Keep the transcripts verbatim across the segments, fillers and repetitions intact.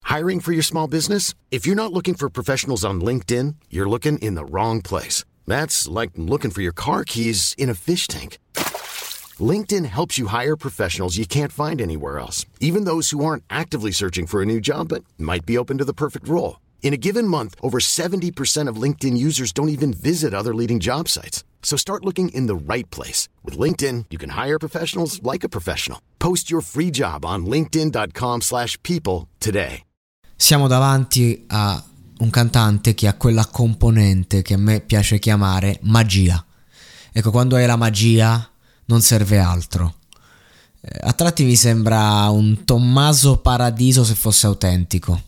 Hiring for your small business? If you're not looking for professionals on LinkedIn, you're looking in the wrong place. That's like looking for your car keys in a fish tank. LinkedIn helps you hire professionals you can't find anywhere else, even those who aren't actively searching for a new job but might be open to the perfect role. In a given month, over seventy percent of LinkedIn users don't even visit other leading job sites. So start looking in the right place. With LinkedIn, you can hire professionals like a professional. Post your free job on linkedin.com slash people today. Siamo davanti a un cantante che ha quella componente che a me piace chiamare magia. Ecco, quando hai la magia non serve altro. A tratti mi sembra un Tommaso Paradiso se fosse autentico.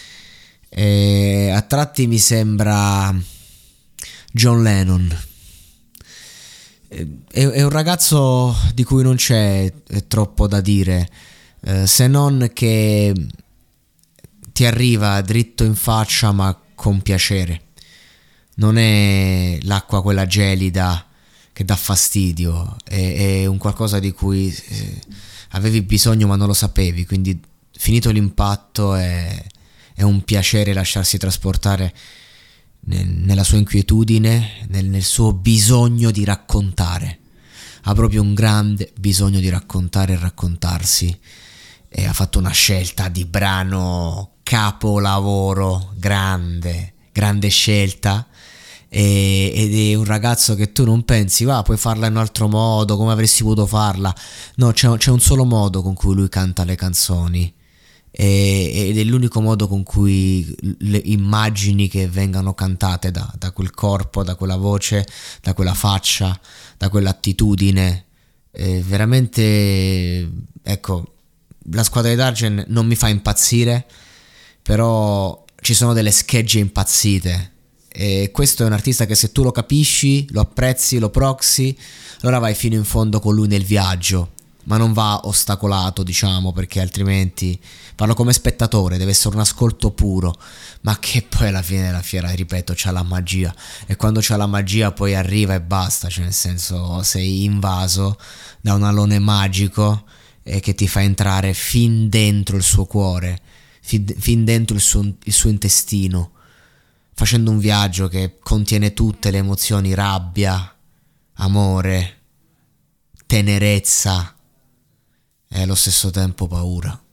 E a tratti mi sembra John Lennon. È, è un ragazzo di cui non c'è troppo da dire, eh, se non che ti arriva dritto in faccia ma con piacere. Non è l'acqua quella gelida che dà fastidio, è, è un qualcosa di cui eh, avevi bisogno ma non lo sapevi, quindi finito l'impatto è, è un piacere lasciarsi trasportare nel, nella sua inquietudine, nel, nel suo bisogno di raccontare. Ha proprio un grande bisogno di raccontare e raccontarsi, e ha fatto una scelta di brano capolavoro, grande, grande scelta. E, ed è un ragazzo che tu non pensi, va, puoi farla in un altro modo, come avresti potuto farla. No, c'è, c'è un solo modo con cui lui canta le canzoni, e, ed è l'unico modo con cui le immagini che vengano cantate da, da quel corpo, da quella voce, da quella faccia, da quell'attitudine. È veramente, ecco, la Squadra di Dargen non mi fa impazzire, però ci sono delle schegge impazzite. E questo è un artista che se tu lo capisci, lo apprezzi, lo proxy, allora vai fino in fondo con lui nel viaggio, ma non va ostacolato, diciamo, perché altrimenti parlo come spettatore, deve essere un ascolto puro, ma che poi alla fine della fiera, ripeto, c'ha la magia, e quando c'ha la magia poi arriva e basta, cioè nel senso sei invaso da un alone magico e che ti fa entrare fin dentro il suo cuore, fin, fin dentro il suo, il suo intestino, facendo un viaggio che contiene tutte le emozioni: rabbia, amore, tenerezza e allo stesso tempo paura.